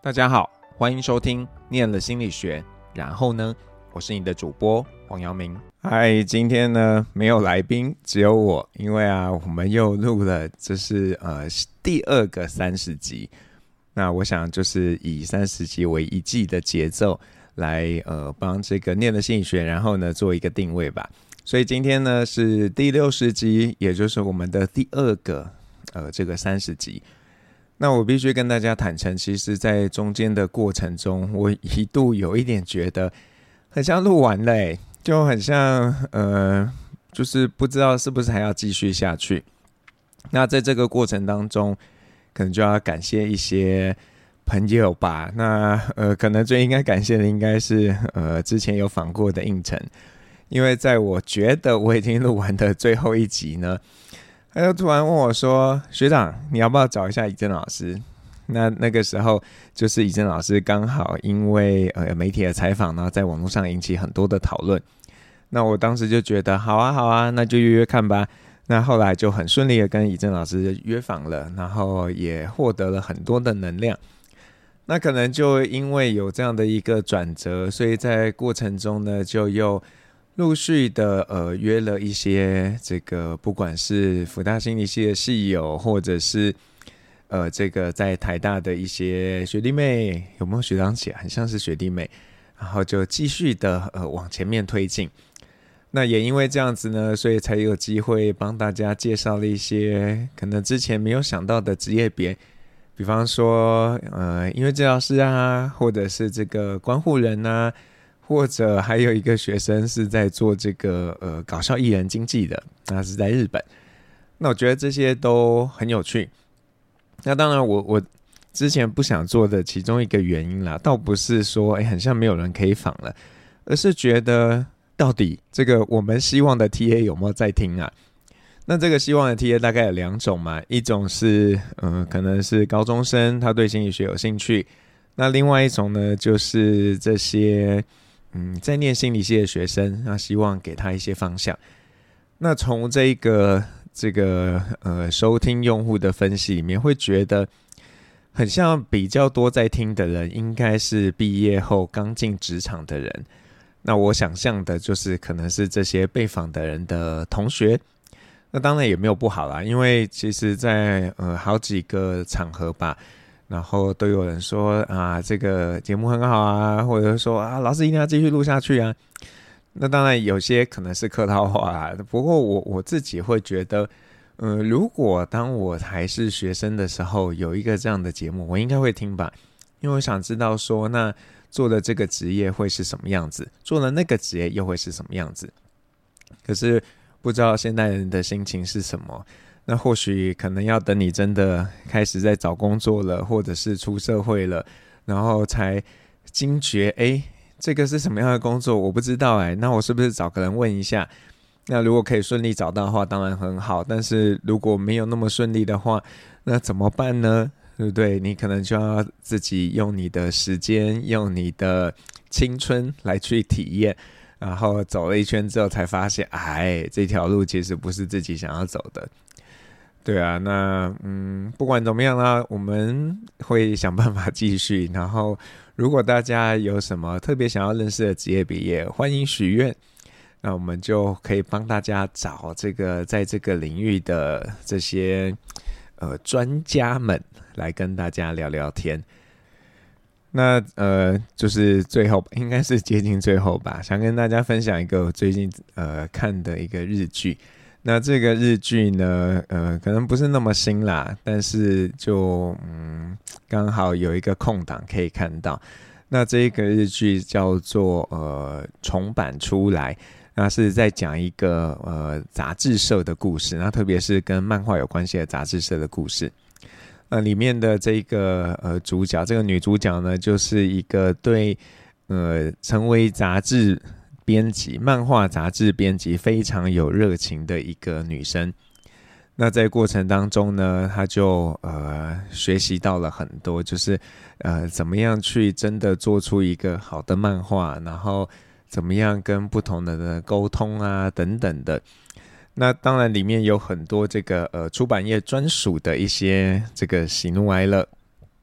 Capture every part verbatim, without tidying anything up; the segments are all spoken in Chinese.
大家好，欢迎收听念了心理学。然后呢，我是你的主播黄阳明。嗨，今天呢没有来宾，只有我，因为啊，我们又录了，这是呃第二个三十集。那我想就是以三十集为一季的节奏来呃帮这个念了心理学，然后呢做一个定位吧。所以今天呢是第六十集，也就是我们的第二个呃这个三十集。那我必须跟大家坦诚，其实在中间的过程中，我一度有一点觉得很像录完了耶，就很像呃，就是不知道是不是还要继续下去。那在这个过程当中，可能就要感谢一些朋友吧。那呃，可能最应该感谢的应该是呃之前有访过的应成，因为在我觉得我已经录完的最后一集呢，他就突然问我说：“学长，你要不要找一下以真老师？”那那个时候就是以真老师刚好因为呃媒体的采访，然后在网络上引起很多的讨论。那我当时就觉得好啊好啊，那就约约看吧。那后来就很顺利的跟以真老师约访了，然后也获得了很多的能量。那可能就因为有这样的一个转折，所以在过程中呢，就又陆续的呃约了一些这个不管是辅大心理系的系友，或者是呃这个在台大的一些学弟妹，有没有学长姐？很像是学弟妹，然后就继续的呃往前面推进。那也因为这样子呢，所以才有机会帮大家介绍了一些可能之前没有想到的职业别，比方说呃音乐治疗师啊，或者是这个观护人啊。或者还有一个学生是在做这个呃搞笑艺人经纪的，那是在日本。那我觉得这些都很有趣。那当然我我之前不想做的其中一个原因啦，倒不是说哎很像没有人可以访了，而是觉得到底这个我们希望的 T A 有没有在听啊？那这个希望的 T A 大概有两种嘛，一种是呃可能是高中生，他对心理学有兴趣。那另外一种呢，就是这些嗯，在念心理系的学生，那希望给他一些方向。那从这个这个呃收听用户的分析里面，会觉得很像比较多在听的人，应该是毕业后刚进职场的人。那我想象的就是可能是这些被访的人的同学。那当然也没有不好啦，因为其实在呃好几个场合吧。然后都有人说啊，这个节目很好啊，或者说啊，老师一定要继续录下去啊。那当然有些可能是客套话啊，不过我我自己会觉得，呃，如果当我还是学生的时候，有一个这样的节目，我应该会听吧，因为我想知道说，那做的这个职业会是什么样子，做了那个职业又会是什么样子。可是不知道现代人的心情是什么。那或许可能要等你真的开始在找工作了，或者是出社会了，然后才惊觉，哎，这个是什么样的工作？我不知道哎，那我是不是找个人问一下？那如果可以顺利找到的话，当然很好。但是如果没有那么顺利的话，那怎么办呢？对不对？你可能就要自己用你的时间，用你的青春来去体验。然后走了一圈之后才发现，哎，这条路其实不是自己想要走的。对啊，那嗯，不管怎么样啦，我们会想办法继续。然后，如果大家有什么特别想要认识的职业别业，欢迎许愿。那我们就可以帮大家找这个在这个领域的这些呃专家们来跟大家聊聊天。那呃，就是最后应该是接近最后吧，想跟大家分享一个我最近呃看的一个日剧。那这个日剧呢，呃，可能不是那么新啦，但是就嗯，刚好有一个空档可以看到。那这一个日剧叫做呃重版出来，那是在讲一个呃杂志社的故事，那特别是跟漫画有关系的杂志社的故事。那里面的这个呃主角，这个女主角呢，就是一个对呃成为杂志编辑、漫画杂志编辑非常有热情的一个女生。那在过程当中呢，她就呃学习到了很多，就是呃怎么样去真的做出一个好的漫画，然后怎么样跟不同的人沟通啊等等的。那当然里面有很多这个呃出版业专属的一些这个喜怒哀乐。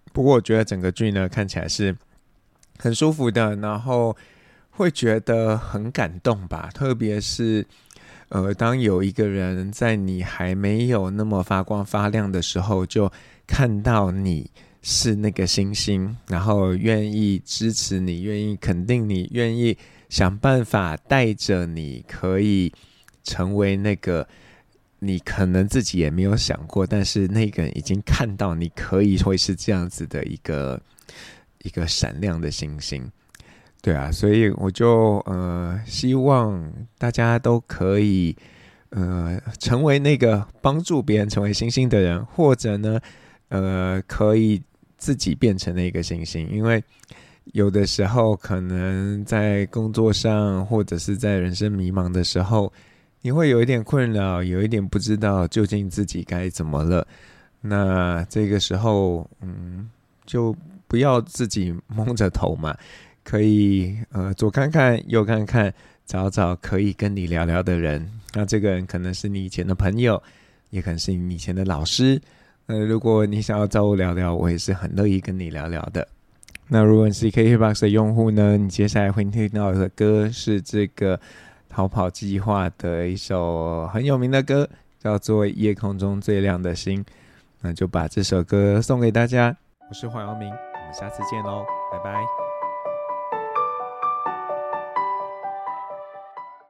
不过我觉得整个剧呢看起来是很舒服的，然后会觉得很感动吧，特别是呃，当有一个人在你还没有那么发光发亮的时候，就看到你是那个星星，然后愿意支持你，愿意肯定你，愿意想办法带着你可以成为那个你可能自己也没有想过，但是那个人已经看到你可以会是这样子的一个一个闪亮的星星。对啊，所以我就呃希望大家都可以呃成为那个帮助别人成为星星的人，或者呢呃可以自己变成那个星星。因为有的时候可能在工作上或者是在人生迷茫的时候，你会有一点困扰，有一点不知道究竟自己该怎么了。那这个时候嗯就不要自己蒙着头嘛，可以呃左看看右看看，找找可以跟你聊聊的人。那这个人可能是你以前的朋友，也可能是你以前的老师。呃，如果你想要找我聊聊，我也是很乐意跟你聊聊的。那如果你是 K K B O X 的用户呢，你接下来会听到的歌是这个逃跑计划的一首很有名的歌，叫做《夜空中最亮的星》。那就把这首歌送给大家。我是黄阳明，我们下次见喽，拜拜。